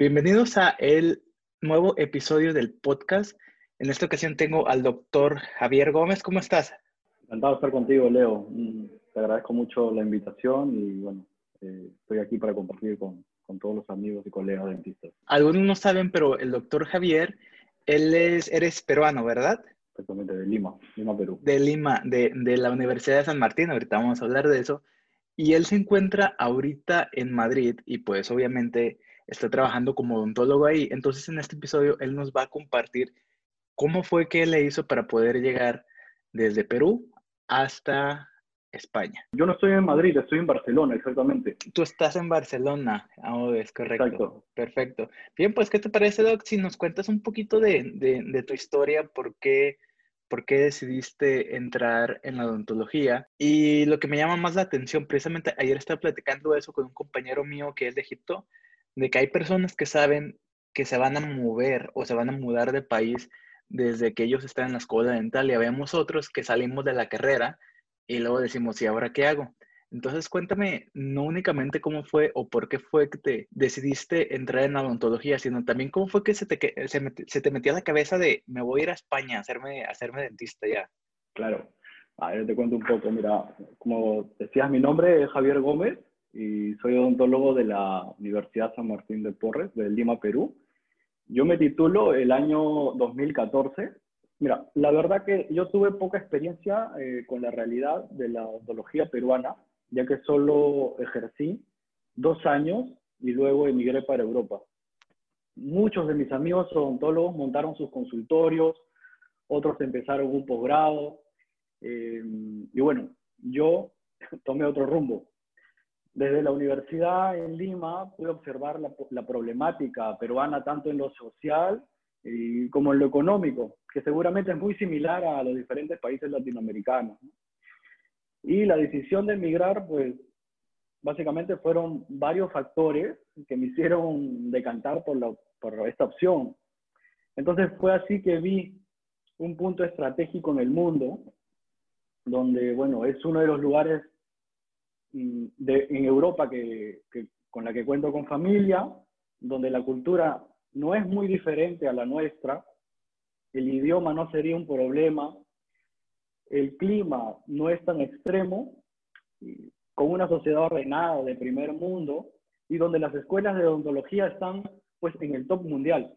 Bienvenidos a el nuevo episodio del podcast. En esta ocasión tengo al doctor Javier Gómez. ¿Cómo estás? Encantado de estar contigo, Leo. Te agradezco mucho la invitación y bueno, estoy aquí para compartir con todos los amigos y colegas dentistas. Algunos no saben, pero el doctor Javier, eres peruano, ¿verdad? Exactamente, de Lima, Perú. De Lima, de la Universidad de San Martín. Ahorita vamos a hablar de eso. Y él se encuentra ahorita en Madrid y pues obviamente está trabajando como odontólogo ahí. Entonces en este episodio él nos va a compartir cómo fue que él le hizo para poder llegar desde Perú hasta España. Yo no estoy en Madrid, estoy en Barcelona, exactamente. Tú estás en Barcelona, es correcto. Exacto. Perfecto. Bien, pues, ¿qué te parece, Doc? Si nos cuentas un poquito de tu historia, por qué decidiste entrar en la odontología. Y lo que me llama más la atención, precisamente ayer estaba platicando eso con un compañero mío que es de Egipto, de que hay personas que saben que se van a mover o se van a mudar de país desde que ellos están en la escuela dental y habemos otros que salimos de la carrera y luego decimos, ¿y ahora qué hago? Entonces cuéntame no únicamente cómo fue o por qué fue que te decidiste entrar en la odontología, sino también cómo fue que se te metió a la cabeza de me voy a ir a España a hacerme dentista ya. Claro. Yo te cuento un poco. Mira, como decías, mi nombre es Javier Gómez y soy odontólogo de la Universidad San Martín de Porres, de Lima, Perú. Yo me titulo el año 2014. Mira, la verdad que yo tuve poca experiencia con la realidad de la odontología peruana, ya que solo ejercí 2 años y luego emigré para Europa. Muchos de mis amigos odontólogos montaron sus consultorios, otros empezaron un posgrado, y bueno, yo tomé otro rumbo. Desde la universidad en Lima pude observar la problemática peruana tanto en lo social como en lo económico, que seguramente es muy similar a los diferentes países latinoamericanos. Y la decisión de emigrar, pues básicamente fueron varios factores que me hicieron decantar por esta opción. Entonces fue así que vi un punto estratégico en el mundo, donde, bueno, es uno de los lugares en Europa con la que cuento con familia, donde la cultura no es muy diferente a la nuestra, el idioma no sería un problema, el clima no es tan extremo, con una sociedad ordenada de primer mundo y donde las escuelas de odontología están pues en el top mundial.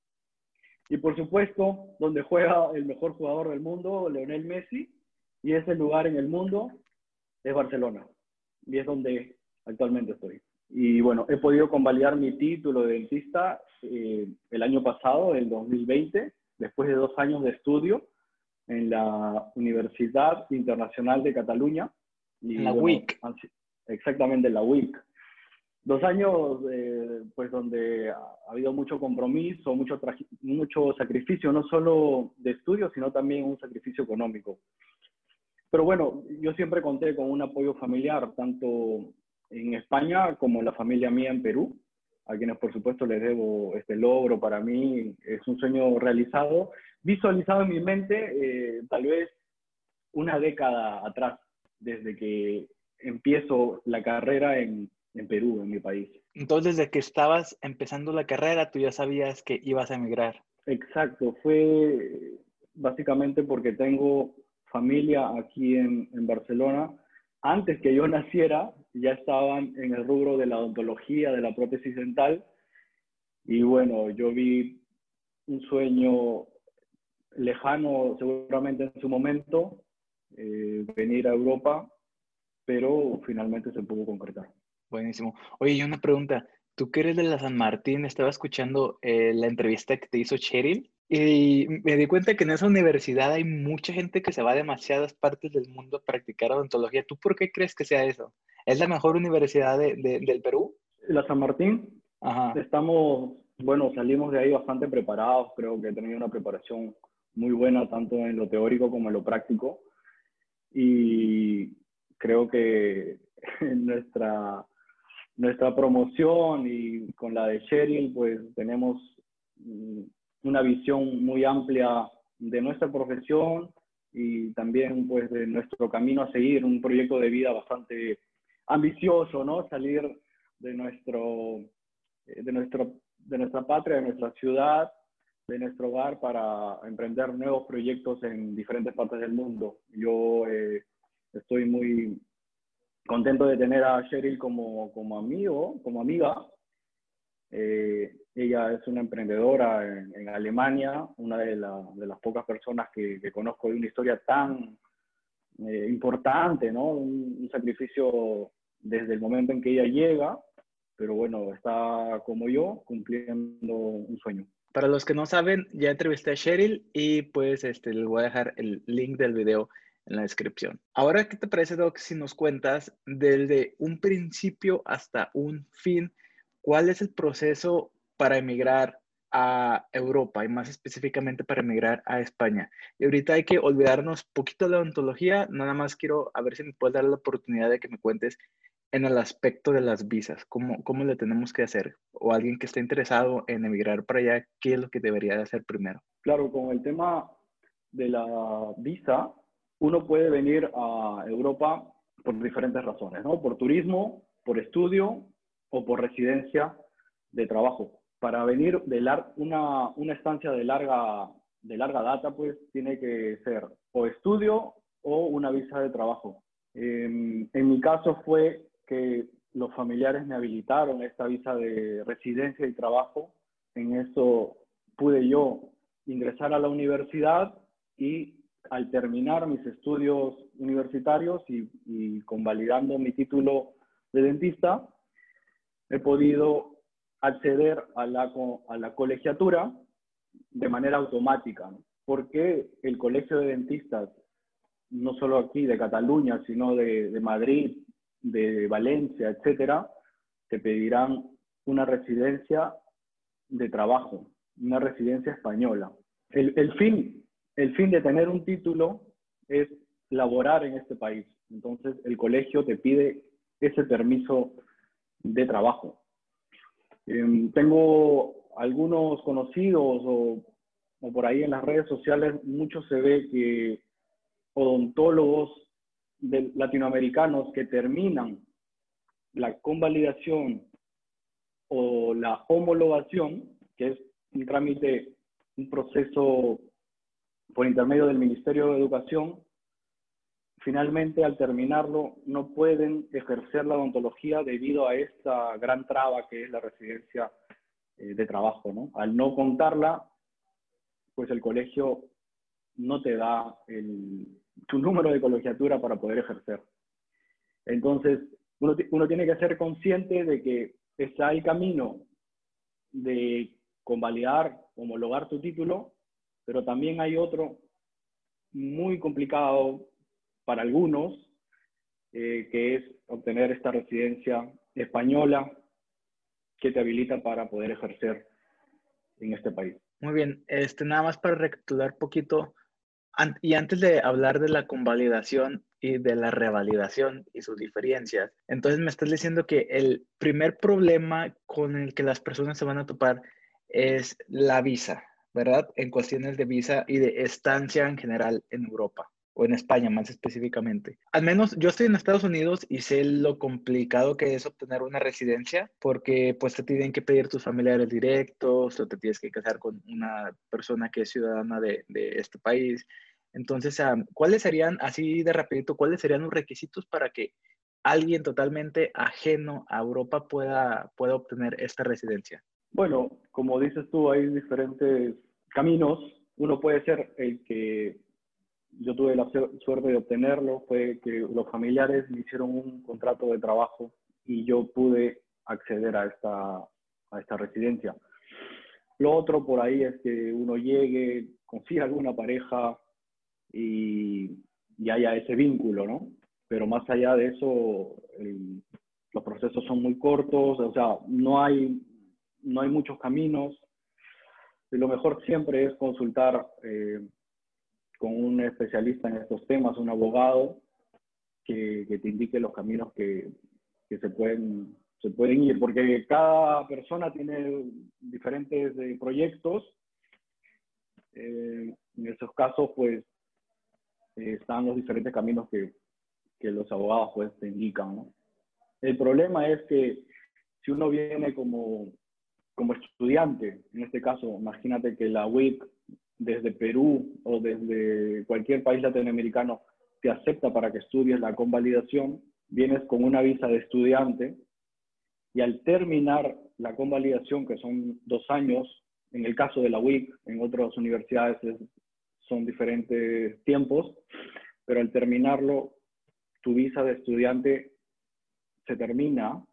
Y por supuesto, donde juega el mejor jugador del mundo, Lionel Messi, y ese lugar en el mundo es Barcelona. Y es donde actualmente estoy. Y bueno, he podido convalidar mi título de dentista el año pasado, el 2020, después de 2 años de estudio en la Universidad Internacional de Cataluña. En Y la bueno, WIC. exactamente en la UIC. 2 años pues donde ha habido mucho compromiso, mucho sacrificio, no solo de estudio, sino también un sacrificio económico. Pero bueno, yo siempre conté con un apoyo familiar, tanto en España como en la familia mía en Perú, a quienes por supuesto les debo este logro. Para mí es un sueño realizado, visualizado en mi mente tal vez una década atrás, desde que empiezo la carrera en Perú, en mi país. Entonces, desde que estabas empezando la carrera, tú ya sabías que ibas a emigrar. Exacto, fue básicamente porque tengo familia aquí en Barcelona. Antes que yo naciera, ya estaban en el rubro de la odontología, de la prótesis dental. Y bueno, yo vi un sueño lejano seguramente en su momento, venir a Europa, pero finalmente se pudo concretar. Buenísimo. Oye, y una pregunta. Tú que eres de la San Martín, estaba escuchando la entrevista que te hizo Cheryl y me di cuenta que en esa universidad hay mucha gente que se va a demasiadas partes del mundo a practicar odontología. ¿Tú por qué crees que sea eso? ¿Es la mejor universidad del Perú? La San Martín, Ajá. bueno, salimos de ahí bastante preparados. Creo que he tenido una preparación muy buena, tanto en lo teórico como en lo práctico. Y creo que nuestra promoción y con la de Cheryl, pues tenemos una visión muy amplia de nuestra profesión y también pues de nuestro camino a seguir, un proyecto de vida bastante ambicioso, ¿no? Salir de nuestro de nuestra patria, de nuestra ciudad, de nuestro hogar para emprender nuevos proyectos en diferentes partes del mundo. Yo estoy muy contento de tener a Cheryl como amigo, como amiga. Ella es una emprendedora en Alemania, una de las pocas personas que conozco de una historia tan importante, ¿no? Un sacrificio desde el momento en que ella llega, pero bueno, está como yo cumpliendo un sueño. Para los que no saben, ya entrevisté a Cheryl y pues les voy a dejar el link del video en la descripción. Ahora, ¿qué te parece, Doc, si nos cuentas desde un principio hasta un fin, cuál es el proceso para emigrar a Europa y más específicamente para emigrar a España? Y ahorita hay que olvidarnos poquito de la ontología, nada más quiero a ver si me puedes dar la oportunidad de que me cuentes en el aspecto de las visas, ¿cómo le tenemos que hacer? O alguien que esté interesado en emigrar para allá, ¿qué es lo que debería de hacer primero? Claro, con el tema de la visa, uno puede venir a Europa por diferentes razones, ¿no? Por turismo, por estudio o por residencia de trabajo. Para venir de una estancia de larga data, pues tiene que ser o estudio o una visa de trabajo. En mi caso fue que los familiares me habilitaron esta visa de residencia y trabajo. En eso pude yo ingresar a la universidad y al terminar mis estudios universitarios y convalidando mi título de dentista, he podido acceder a la colegiatura de manera automática, ¿no? Porque el Colegio de Dentistas, no solo aquí de Cataluña, sino de Madrid, de Valencia, etcétera, te pedirán una residencia de trabajo, una residencia española. El fin de tener un título es laborar en este país. Entonces, el colegio te pide ese permiso de trabajo. Tengo algunos conocidos o por ahí en las redes sociales, mucho se ve que odontólogos latinoamericanos que terminan la convalidación o la homologación, que es un trámite, un proceso por intermedio del Ministerio de Educación, finalmente al terminarlo no pueden ejercer la odontología debido a esta gran traba que es la residencia de trabajo, ¿no? Al no contarla, pues el colegio no te da tu número de colegiatura para poder ejercer. Entonces, uno tiene que ser consciente de que está el camino de convalidar, homologar tu título, pero también hay otro muy complicado para algunos, que es obtener esta residencia española que te habilita para poder ejercer en este país. Muy bien, nada más para recapitular poquito, y antes de hablar de la convalidación y de la revalidación y sus diferencias, entonces me estás diciendo que el primer problema con el que las personas se van a topar es la visa, ¿verdad? En cuestiones de visa y de estancia en general en Europa o en España más específicamente. Al menos yo estoy en Estados Unidos y sé lo complicado que es obtener una residencia porque pues te tienen que pedir tus familiares directos o te tienes que casar con una persona que es ciudadana de este país. Entonces, ¿cuáles serían, así de rapidito, cuáles serían los requisitos para que alguien totalmente ajeno a Europa pueda obtener esta residencia? Bueno, como dices tú, hay diferentes caminos. Uno puede ser el que yo tuve la suerte de obtenerlo, fue que los familiares me hicieron un contrato de trabajo y yo pude acceder a esta residencia. Lo otro por ahí es que uno llegue, consiga alguna pareja y haya ese vínculo, ¿no? Pero más allá de eso, los procesos son muy cortos, o sea, no hay muchos caminos. Y lo mejor siempre es consultar con un especialista en estos temas, un abogado, que te indique los caminos que se pueden ir, porque cada persona tiene diferentes proyectos. En esos casos, pues, están los diferentes caminos que los abogados pues te indican, ¿no? El problema es que si uno viene como como estudiante, en este caso, imagínate que la UIC desde Perú o desde cualquier país latinoamericano te acepta para que estudies la convalidación, vienes con una visa de estudiante y al terminar la convalidación, que son 2 años, en el caso de la UIC, en otras universidades son diferentes tiempos, pero al terminarlo, tu visa de estudiante se termina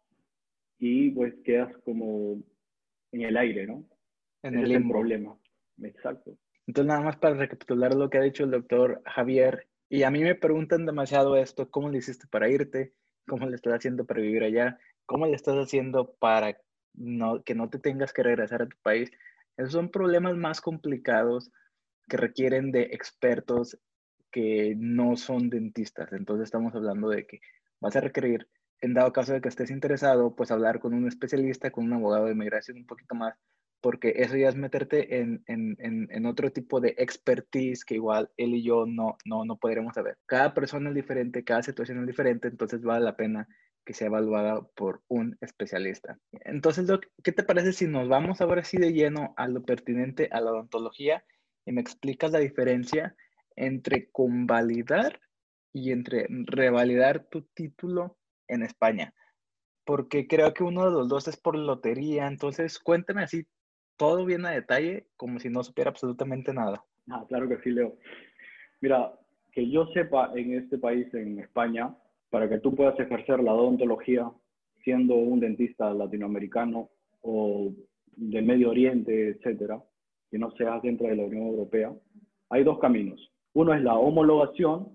y pues quedas como en el aire, ¿no? En Ese el es el limbo. problema. Exacto. Entonces, nada más para recapitular lo que ha dicho el doctor Javier, y a mí me preguntan demasiado esto, ¿cómo le hiciste para irte? ¿Cómo le estás haciendo para vivir allá? ¿Cómo le estás haciendo para que no te tengas que regresar a tu país? Esos son problemas más complicados que requieren de expertos que no son dentistas. Entonces estamos hablando de que vas a requerir, en dado caso de que estés interesado, pues hablar con un especialista, con un abogado de inmigración un poquito más, porque eso ya es meterte en otro tipo de expertise que igual él y yo no podremos saber. Cada persona es diferente, cada situación es diferente, entonces vale la pena que sea evaluada por un especialista. Entonces, Doc, ¿qué te parece si nos vamos ahora sí de lleno a lo pertinente a la odontología y me explicas la diferencia entre convalidar y entre revalidar tu título en España? Porque creo que uno de los dos es por lotería. Entonces, cuéntame así todo bien a detalle, como si no supiera absolutamente nada. Ah, claro que sí, Leo. Mira, que yo sepa en este país, en España, para que tú puedas ejercer la odontología siendo un dentista latinoamericano o del Medio Oriente, etcétera, que no seas dentro de la Unión Europea, hay dos caminos. Uno es la homologación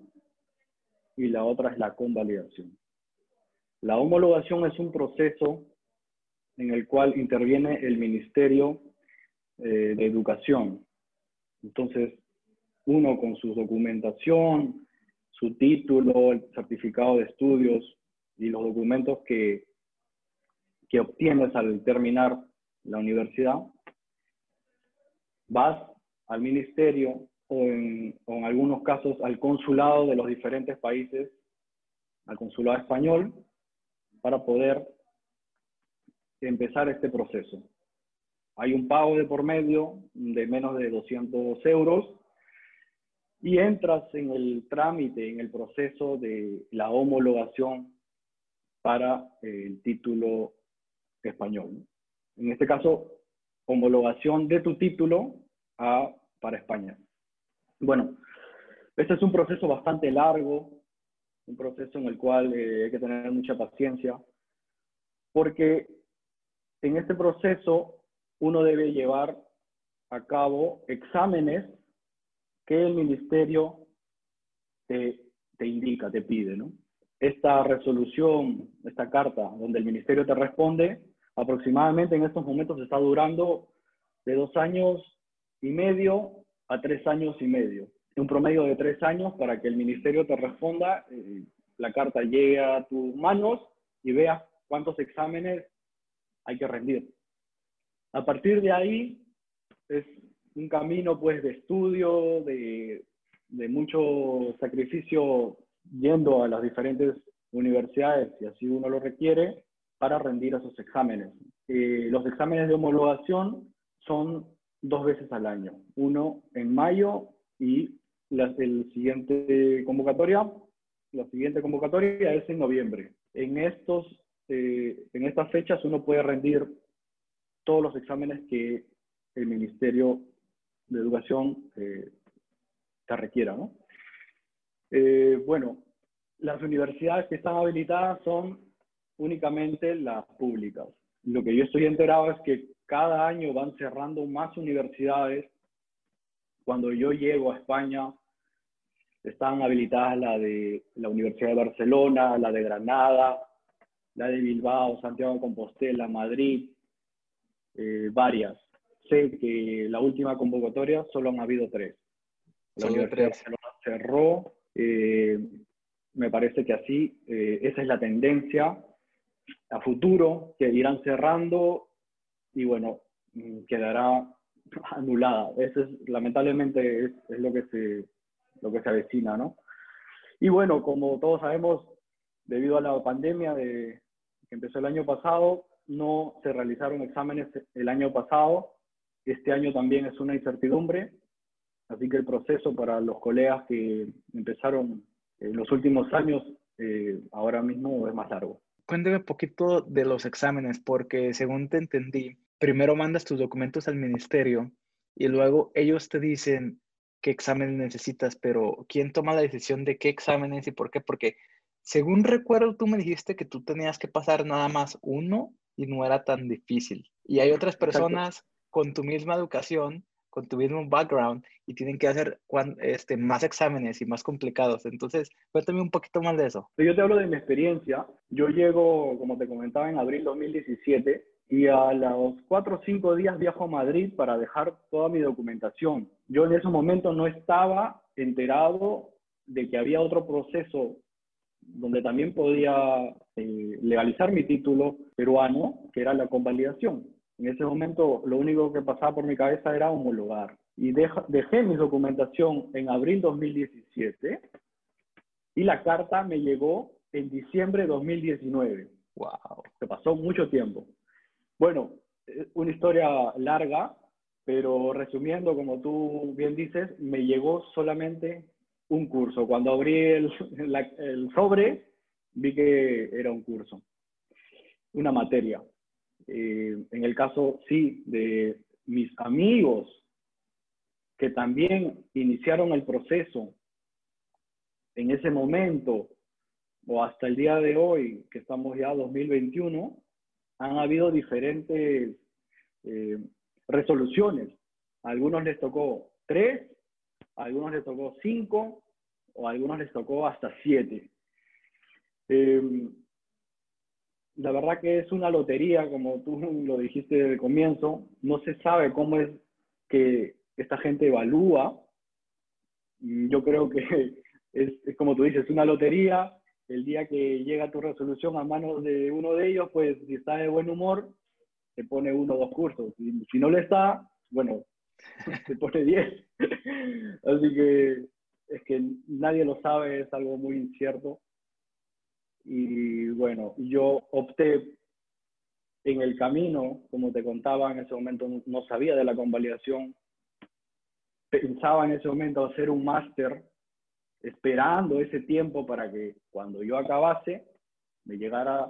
y la otra es la convalidación. La homologación es un proceso en el cual interviene el Ministerio de Educación. Entonces, uno con su documentación, su título, el certificado de estudios y los documentos que obtienes al terminar la universidad, vas al ministerio o en algunos casos al consulado de los diferentes países, al consulado español, para poder empezar este proceso. Hay un pago de por medio de menos de 200 euros y entras en el trámite, en el proceso de la homologación para el título español. En este caso, homologación de tu título para España. Bueno, este es un proceso bastante largo, un proceso en el cual hay que tener mucha paciencia, porque en este proceso uno debe llevar a cabo exámenes que el ministerio te indica, te pide, ¿no? Esta resolución, esta carta donde el ministerio te responde, aproximadamente en estos momentos está durando de 2 años y medio a 3 años y medio. Un promedio de 3 años para que el ministerio te responda, la carta llegue a tus manos y veas cuántos exámenes hay que rendir. A partir de ahí es un camino pues de estudio, de mucho sacrificio yendo a las diferentes universidades, si así uno lo requiere, para rendir esos exámenes. Los exámenes de homologación son 2 veces al año, uno en mayo y la siguiente convocatoria es en noviembre. En estas fechas uno puede rendir todos los exámenes que el Ministerio de Educación te requiera, ¿no? Bueno, las universidades que están habilitadas son únicamente las públicas. Lo que yo estoy enterado es que cada año van cerrando más universidades. Cuando yo llego a España, están habilitadas la de la Universidad de Barcelona, la de Granada, la de Bilbao, Santiago de Compostela, Madrid, varias. Sé que la última convocatoria solo han habido 3. La Solo Universidad de 3. Barcelona cerró. Me parece que así, esa es la tendencia a futuro, que irán cerrando y bueno, quedará anulada. Eso es, lamentablemente es lo que se avecina, ¿no? Y bueno, como todos sabemos, debido a la pandemia que empezó el año pasado, no se realizaron exámenes el año pasado. Este año también es una incertidumbre, así que el proceso para los colegas que empezaron en los últimos años, ahora mismo es más largo. Cuéntame un poquito de los exámenes, porque según te entendí, primero mandas tus documentos al ministerio y luego ellos te dicen qué exámenes necesitas, pero ¿quién toma la decisión de qué exámenes y por qué? Porque según recuerdo, tú me dijiste que tú tenías que pasar nada más uno y no era tan difícil. Y hay otras Exacto. personas con tu misma educación, con tu mismo background y tienen que hacer más exámenes y más complicados. Entonces, cuéntame un poquito más de eso. Yo te hablo de mi experiencia. Yo llego, como te comentaba, en abril 2017 y a los 4 o 5 días viajo a Madrid para dejar toda mi documentación. Yo en ese momento no estaba enterado de que había otro proceso donde también podía legalizar mi título peruano, que era la convalidación. En ese momento lo único que pasaba por mi cabeza era homologar. Y dejé mi documentación en abril 2017 y la carta me llegó en diciembre de 2019. Wow. Se pasó mucho tiempo. Bueno, una historia larga, pero resumiendo, como tú bien dices, me llegó solamente un curso. Cuando abrí el sobre, vi que era un curso, una materia. En el caso, sí, de mis amigos que también iniciaron el proceso en ese momento o hasta el día de hoy, que estamos ya 2021, han habido diferentes eh, resoluciones. A algunos les tocó 3, a algunos les tocó 5, o a algunos les tocó hasta 7. La verdad que es una lotería, como tú lo dijiste desde el comienzo. No se sabe cómo es que esta gente evalúa. Yo creo que es como tú dices, una lotería. El día que llega tu resolución a manos de uno de ellos, pues si está de buen humor, te pone 1 o 2 cursos. Y si no le está, bueno, te pone 10. Así que es que nadie lo sabe, es algo muy incierto. Y bueno, yo opté en el camino, como te contaba, en ese momento no sabía de la convalidación. Pensaba en ese momento hacer un máster, esperando ese tiempo para que cuando yo acabase me llegara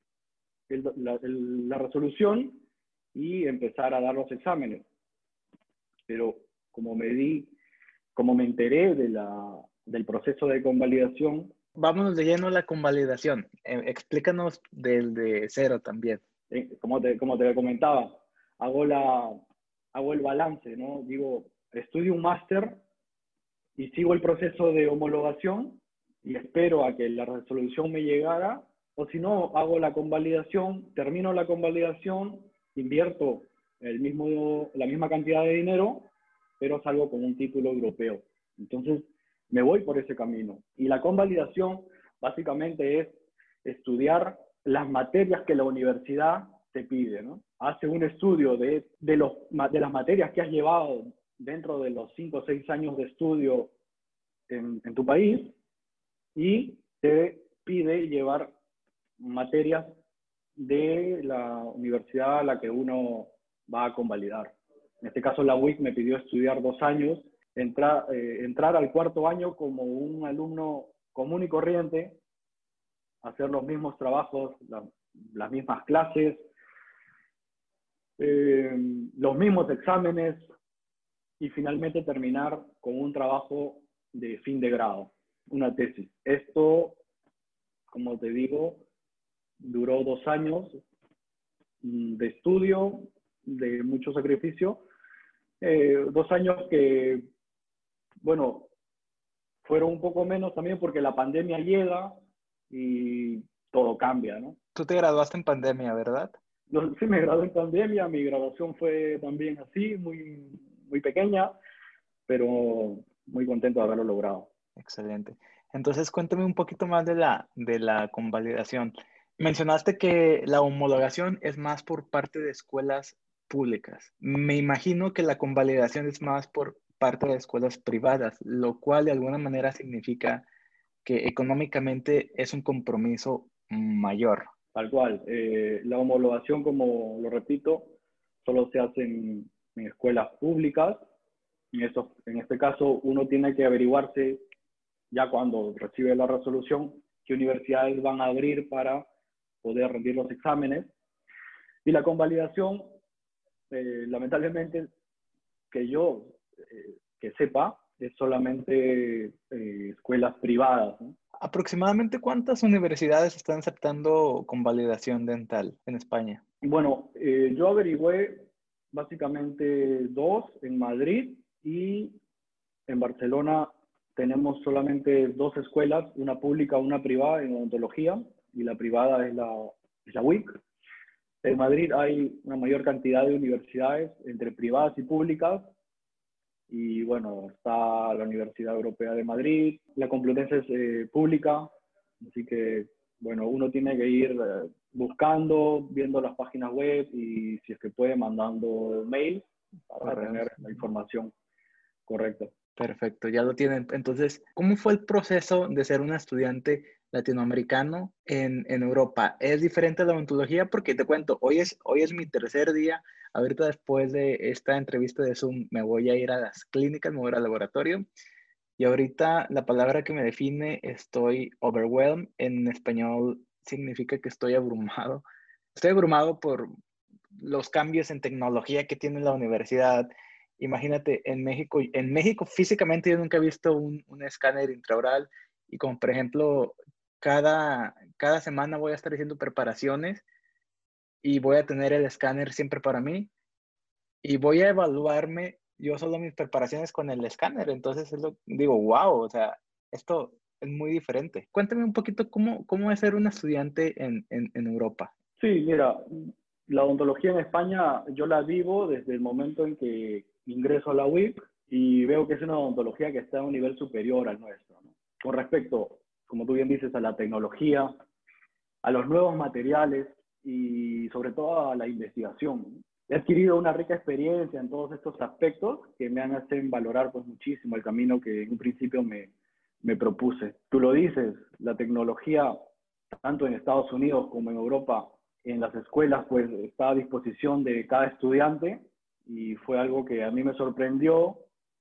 la resolución y empezar a dar los exámenes. Pero como me enteré del proceso de convalidación, Vámonos de lleno a la convalidación. Explícanos del de cero también. como te comentaba, hago el balance, ¿no? Digo, estudio un máster y sigo el proceso de homologación y espero a que la resolución me llegara, o si no, hago la convalidación, termino la convalidación, invierto la misma cantidad de dinero, pero salgo con un título europeo. Entonces, me voy por ese camino. Y la convalidación básicamente es estudiar las materias que la universidad te pide, ¿no? Hace un estudio de las materias que has llevado dentro de los 5 o 6 años de estudio en tu país y te pide llevar materias de la universidad a la que uno va a convalidar. En este caso, la UIC me pidió estudiar 2 años, entrar al 4.º año como un alumno común y corriente, hacer los mismos trabajos, las mismas clases, los mismos exámenes y finalmente terminar con un trabajo de fin de grado, una tesis. Esto, como te digo, duró 2 años de estudio, de mucho sacrificio, 2 años que, bueno, fueron un poco menos también porque la pandemia llega y todo cambia, ¿no? Tú te graduaste en pandemia, ¿verdad? Sí, me gradué en pandemia, mi graduación fue también así, muy, muy pequeña, pero muy contento de haberlo logrado. Excelente. Entonces, cuéntame un poquito más de la convalidación. Mencionaste que la homologación es más por parte de escuelas públicas. Me imagino que la convalidación es más por parte de escuelas privadas, lo cual de alguna manera significa que económicamente es un compromiso mayor. Tal cual. La homologación, como lo repito, solo se hace en escuelas públicas. En este caso, uno tiene que averiguarse, ya cuando recibe la resolución, qué universidades van a abrir para poder rendir los exámenes. Y la convalidación, lamentablemente, que yo que sepa, es solamente escuelas privadas, ¿no? ¿Aproximadamente cuántas universidades están aceptando convalidación dental en España? Bueno, yo averigüé básicamente dos en Madrid y en Barcelona tenemos solamente dos escuelas, una pública, una privada en odontología, y la privada es la UIC. En Madrid hay una mayor cantidad de universidades entre privadas y públicas, y bueno, está la Universidad Europea de Madrid, la Complutense es pública, así que bueno, uno tiene que ir buscando, viendo las páginas web y si es que puede mandando mail para Correos. tener la información correcta. Perfecto, ya lo tienen. Entonces, ¿cómo fue el proceso de ser un estudiante latinoamericano en Europa? ¿Es diferente a la odontología? Porque te cuento, hoy es mi tercer día. Ahorita después de esta entrevista de Zoom me voy a ir a las clínicas, me voy a ir al laboratorio. Y ahorita la palabra que me define, estoy overwhelmed. En español significa que estoy abrumado. Estoy abrumado por los cambios en tecnología que tiene la universidad. Imagínate, en México físicamente yo nunca he visto un escáner intraoral y como por ejemplo, cada semana voy a estar haciendo preparaciones y voy a tener el escáner siempre para mí y voy a evaluarme yo solo mis preparaciones con el escáner. Entonces digo, wow, o sea, esto es muy diferente. Cuéntame un poquito cómo es ser un estudiante en Europa. Sí, mira, la odontología en España yo la vivo desde el momento en que ingreso a la UIC y veo que es una odontología que está a un nivel superior al nuestro, ¿no? Con respecto, como tú bien dices, a la tecnología, a los nuevos materiales y sobre todo a la investigación, ¿no? He adquirido una rica experiencia en todos estos aspectos que me hacen valorar pues muchísimo el camino que en un principio me propuse. Tú lo dices, la tecnología, tanto en Estados Unidos como en Europa, en las escuelas, pues está a disposición de cada estudiante y fue algo que a mí me sorprendió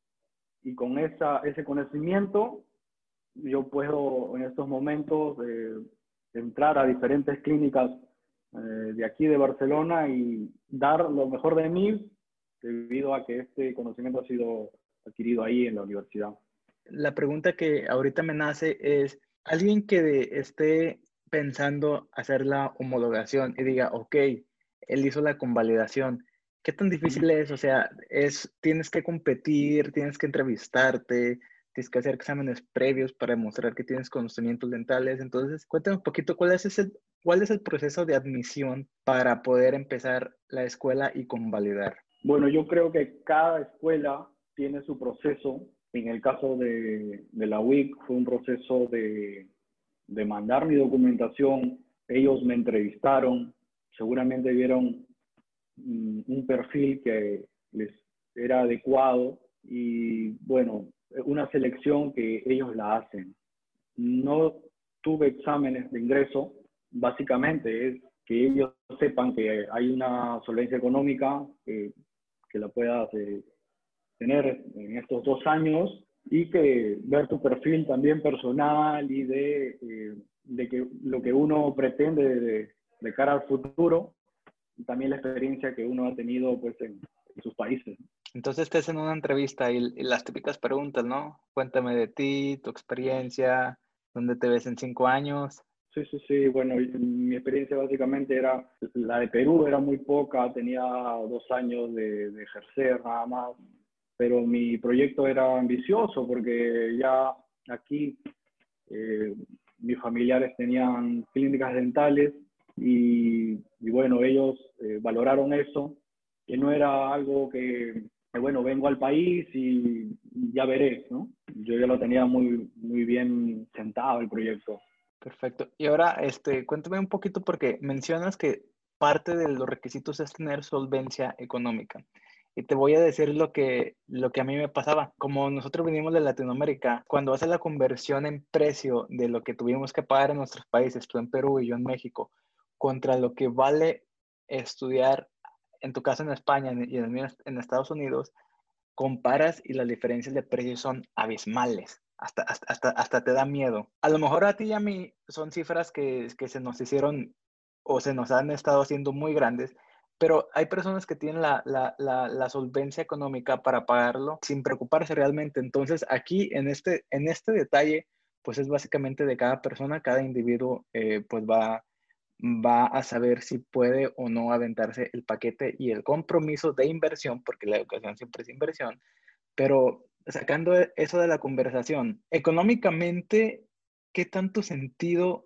y con ese conocimiento yo puedo en estos momentos entrar a diferentes clínicas de aquí de Barcelona y dar lo mejor de mí debido a que este conocimiento ha sido adquirido ahí en la universidad. La pregunta que ahorita me nace es, alguien que esté pensando hacer la homologación y diga, ok, él hizo la convalidación, ¿qué tan difícil es? O sea, tienes que competir, tienes que entrevistarte, tienes que hacer exámenes previos para demostrar que tienes conocimientos dentales. Entonces, cuéntame un poquito, ¿cuál es el proceso de admisión para poder empezar la escuela y convalidar? Bueno, yo creo que cada escuela tiene su proceso. En el caso de la UIC fue un proceso de mandar mi documentación. Ellos me entrevistaron, seguramente vieron un perfil que les era adecuado y bueno, una selección que ellos la hacen. No tuve exámenes de ingreso, básicamente es que ellos sepan que hay una solvencia económica que la puedas tener en estos 2 años y que ver tu perfil también personal y de que lo que uno pretende de cara al futuro y también la experiencia que uno ha tenido pues en sus países. Entonces te hacen una entrevista y las típicas preguntas, ¿no? Cuéntame de ti, tu experiencia, dónde te ves en 5 años. Sí, sí, sí. Bueno, mi experiencia básicamente era, la de Perú era muy poca, tenía 2 años de ejercer nada más, pero mi proyecto era ambicioso porque ya aquí eh, mis familiares tenían clínicas dentales y bueno, ellos valoraron eso, que no era algo bueno, vengo al país y ya veré, ¿no? Yo ya lo tenía muy, muy bien sentado el proyecto. Perfecto. Y ahora, cuéntame un poquito porque mencionas que parte de los requisitos es tener solvencia económica. Y te voy a decir lo que a mí me pasaba. Como nosotros venimos de Latinoamérica, cuando haces la conversión en precio de lo que tuvimos que pagar en nuestros países, tú en Perú y yo en México, contra lo que vale estudiar, en tu caso en España y en el mío en Estados Unidos, comparas y las diferencias de precios son abismales. Hasta te da miedo. A lo mejor a ti y a mí son cifras que se nos hicieron o se nos han estado haciendo muy grandes, pero hay personas que tienen la solvencia económica para pagarlo sin preocuparse realmente. Entonces, aquí en este detalle, pues es básicamente de cada persona, cada individuo, pues va a saber si puede o no aventarse el paquete y el compromiso de inversión, porque la educación siempre es inversión, pero sacando eso de la conversación, económicamente, ¿qué tanto sentido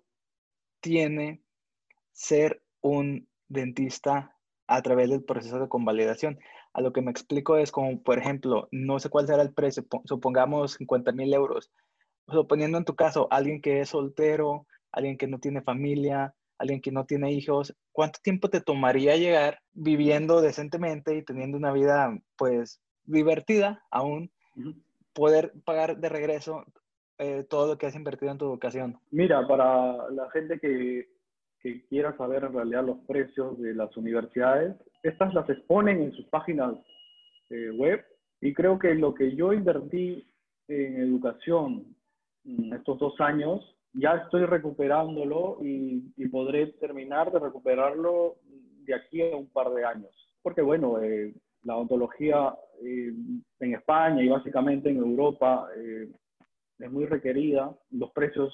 tiene ser un dentista a través del proceso de convalidación? A lo que me explico es como, por ejemplo, no sé cuál será el precio, supongamos 50,000 euros. Suponiendo en tu caso, alguien que es soltero, alguien que no tiene familia, alguien que no tiene hijos, ¿cuánto tiempo te tomaría llegar viviendo decentemente y teniendo una vida, pues, divertida aún, Ujú. poder pagar de regreso todo lo que has invertido en tu educación? Mira, para la gente que quiera saber en realidad los precios de las universidades, estas las exponen en sus páginas web, y creo que lo que yo invertí en educación estos 2 años, ya estoy recuperándolo y podré terminar de recuperarlo de aquí a un par de años. Porque bueno, la odontología en España y básicamente en Europa es muy requerida, los precios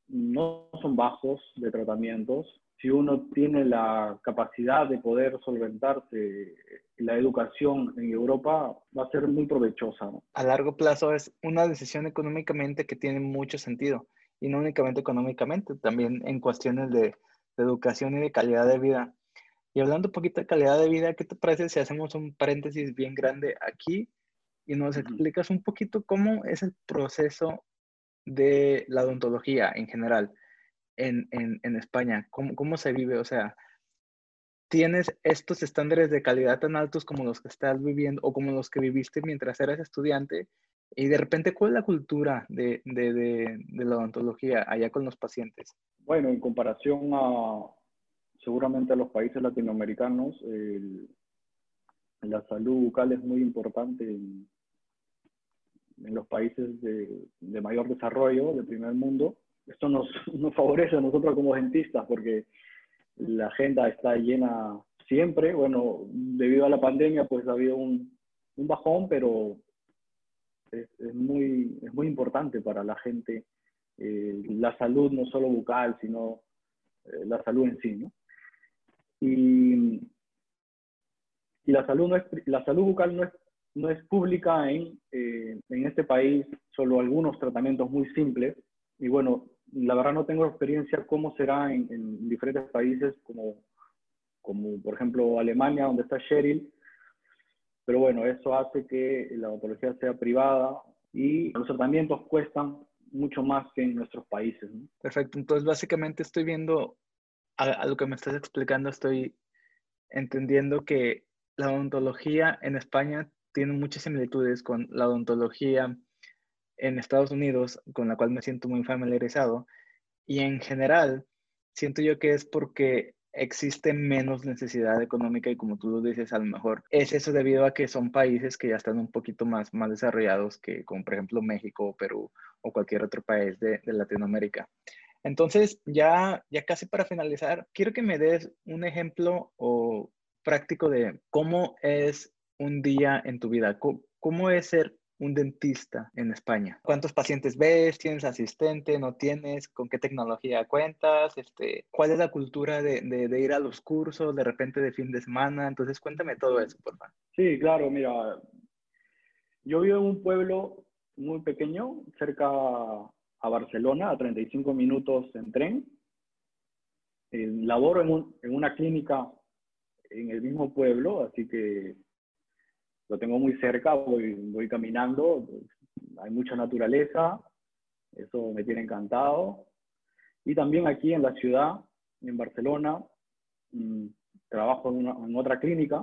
no son bajos de tratamientos. Si uno tiene la capacidad de poder solventarse, la educación en Europa va a ser muy provechosa, ¿no? A largo plazo es una decisión económicamente que tiene mucho sentido, y no únicamente económicamente, también en cuestiones de educación y de calidad de vida. Y hablando un poquito de calidad de vida, ¿qué te parece si hacemos un paréntesis bien grande aquí y nos Ujú. explicas un poquito cómo es el proceso de la odontología en general en España? ¿Cómo se vive? O sea, ¿tienes estos estándares de calidad tan altos como los que estás viviendo o como los que viviste mientras eras estudiante? Y de repente, ¿cuál es la cultura de la odontología allá con los pacientes? Bueno, en comparación a seguramente a los países latinoamericanos, la salud bucal es muy importante en los países de mayor desarrollo, de primer mundo. Esto nos favorece a nosotros como dentistas porque la agenda está llena siempre. Bueno, debido a la pandemia pues ha habido un bajón, pero es muy importante para la gente la salud no solo bucal, sino la salud en sí, ¿no? Y, y la salud bucal no es pública en este país, solo algunos tratamientos muy simples. Y bueno, la verdad no tengo experiencia cómo será en diferentes países como por ejemplo Alemania, donde está Cheryl, pero bueno, eso hace que la odontología sea privada y los tratamientos cuestan mucho más que en nuestros países, ¿no? Perfecto. Entonces, básicamente estoy viendo a lo que me estás explicando, estoy entendiendo que la odontología en España tiene muchas similitudes con la odontología en Estados Unidos, con la cual me siento muy familiarizado. Y en general, siento yo que es porque existe menos necesidad económica y como tú lo dices, a lo mejor es eso debido a que son países que ya están un poquito más desarrollados que como por ejemplo México o Perú o cualquier otro país de Latinoamérica. Entonces, ya casi para finalizar, quiero que me des un ejemplo o práctico de cómo es un día en tu vida. ¿Cómo es ser un dentista en España? ¿Cuántos pacientes ves? ¿Tienes asistente? ¿No tienes? ¿Con qué tecnología cuentas? ¿Cuál es la cultura de ir a los cursos de repente de fin de semana? Entonces, cuéntame todo eso, por favor. Sí, claro, mira, yo vivo en un pueblo muy pequeño, cerca a Barcelona, a 35 minutos en tren. Laboro en una clínica en el mismo pueblo, así que lo tengo muy cerca, voy caminando, pues, hay mucha naturaleza, eso me tiene encantado. Y también aquí en la ciudad, en Barcelona, mmm, trabajo en otra clínica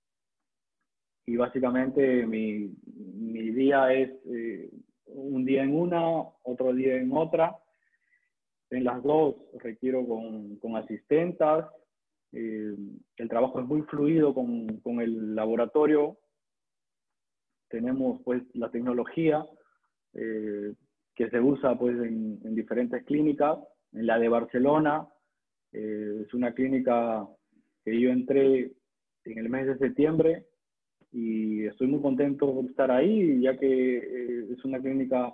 y básicamente mi día es un día en una, otro día en otra. En las dos requiero con asistentas, El trabajo es muy fluido con el laboratorio. Tenemos pues la tecnología que se usa pues en diferentes clínicas. En la de Barcelona es una clínica que yo entré en el mes de septiembre y estoy muy contento por estar ahí, ya que es una clínica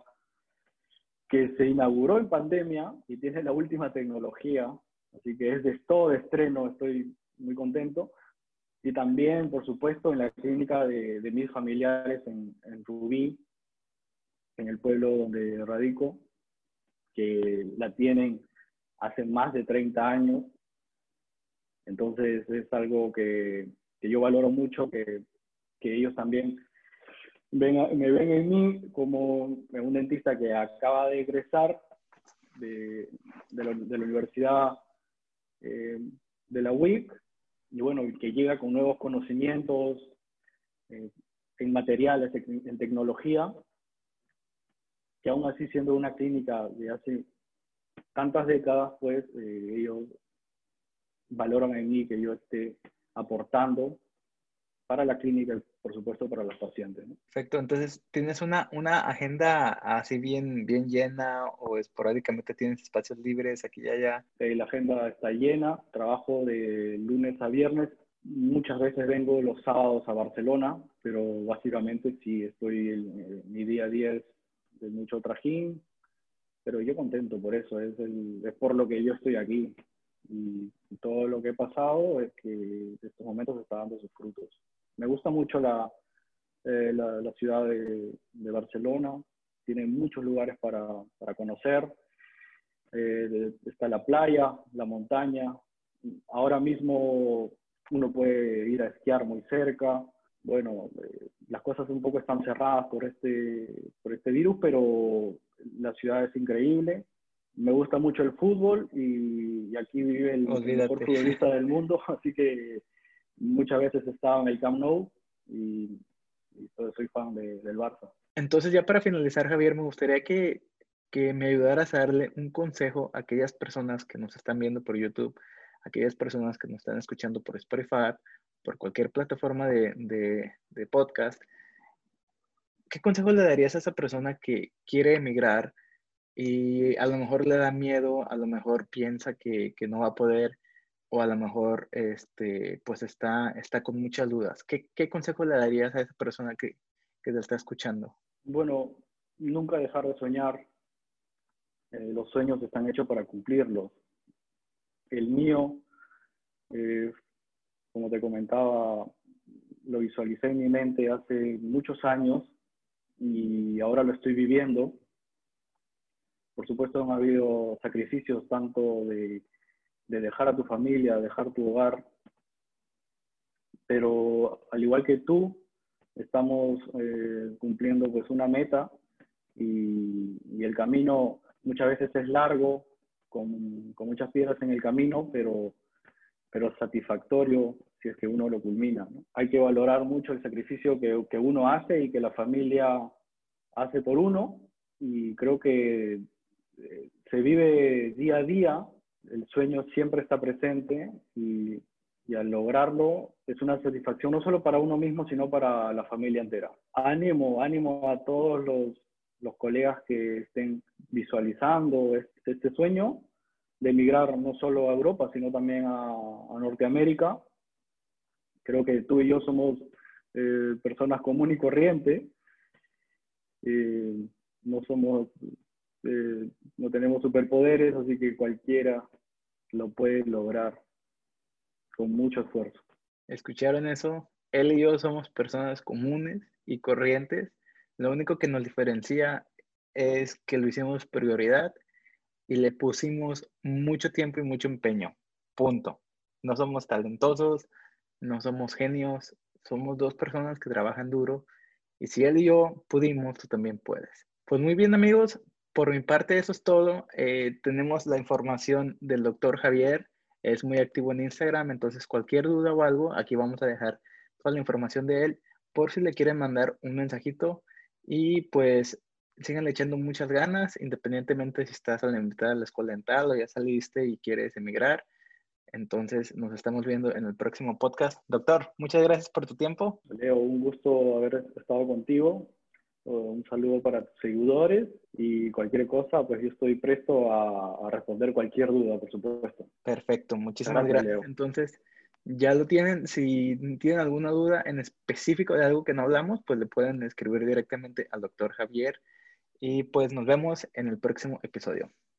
que se inauguró en pandemia y tiene la última tecnología, así que es de todo de estreno, estoy muy contento. Y también, por supuesto, en la clínica de mis familiares en Rubí, en el pueblo donde radico, que la tienen hace más de 30 años. Entonces es algo que yo valoro mucho, que ellos también me ven en mí como un dentista que acaba de egresar de la universidad de la UIC, y bueno, que llega con nuevos conocimientos en materiales, en tecnología, que aún así siendo una clínica de hace tantas décadas, pues ellos valoran en mí que yo esté aportando para la clínica y por supuesto para los pacientes, ¿no? Perfecto, entonces, ¿tienes una agenda así bien llena o esporádicamente tienes espacios libres aquí y allá? La agenda está llena, trabajo de lunes a viernes, muchas veces vengo los sábados a Barcelona, pero básicamente sí estoy, mi día a día es de mucho trajín, pero yo contento por eso, es por lo que yo estoy aquí. Y todo lo que he pasado es que en estos momentos está dando sus frutos. Me gusta mucho la ciudad de Barcelona, tiene muchos lugares para conocer, está la playa, la montaña, ahora mismo uno puede ir a esquiar muy cerca. Bueno, las cosas un poco están cerradas por este virus, pero la ciudad es increíble. Me gusta mucho el fútbol y aquí vive el mejor Olvídate. futbolista del mundo, así que muchas veces he estado en el Camp Nou y soy fan del Barça. Entonces, ya para finalizar, Javier, me gustaría que me ayudaras a darle un consejo a aquellas personas que nos están viendo por YouTube, aquellas personas que nos están escuchando por Spotify, por cualquier plataforma de podcast. ¿Qué consejo le darías a esa persona que quiere emigrar y a lo mejor le da miedo, a lo mejor piensa que no va a poder, o a lo mejor pues está con muchas dudas? ¿Qué consejo le darías a esa persona que te está escuchando? Bueno, nunca dejar de soñar. Los sueños están hechos para cumplirlos. El mío, eh, como te comentaba, lo visualicé en mi mente hace muchos años y ahora lo estoy viviendo. Por supuesto, han habido sacrificios tanto de dejar a tu familia, dejar tu hogar, pero al igual que tú, estamos cumpliendo pues una meta y el camino muchas veces es largo, con muchas piedras en el camino, pero satisfactorio si es que uno lo culmina, ¿no? Hay que valorar mucho el sacrificio que uno hace y que la familia hace por uno, y creo que se vive día a día, el sueño siempre está presente y al lograrlo es una satisfacción no solo para uno mismo, sino para la familia entera. Ánimo, ánimo a todos los colegas que estén visualizando este sueño de emigrar no solo a Europa, sino también a Norteamérica. Creo que tú y yo somos personas comunes y corrientes. No somos, no tenemos superpoderes, así que cualquiera lo puede lograr con mucho esfuerzo. ¿Escucharon eso? Él y yo somos personas comunes y corrientes. Lo único que nos diferencia es que lo hicimos prioridad y le pusimos mucho tiempo y mucho empeño. Punto. No somos talentosos, no somos genios, somos dos personas que trabajan duro y si él y yo pudimos, tú también puedes. Pues muy bien, amigos, por mi parte eso es todo. Tenemos la información del doctor Javier, es muy activo en Instagram, entonces cualquier duda o algo, aquí vamos a dejar toda la información de él por si le quieren mandar un mensajito y pues síganle echando muchas ganas, independientemente si estás a la mitad de la escuela dental o ya saliste y quieres emigrar. Entonces, nos estamos viendo en el próximo podcast. Doctor, muchas gracias por tu tiempo. Leo, un gusto haber estado contigo. Un saludo para tus seguidores y cualquier cosa, pues yo estoy presto a responder cualquier duda, por supuesto. Perfecto, Muchas muchísimas gracias, gracias. Leo. Entonces, ya lo tienen. Si tienen alguna duda en específico de algo que no hablamos, pues le pueden escribir directamente al doctor Javier. Y pues nos vemos en el próximo episodio.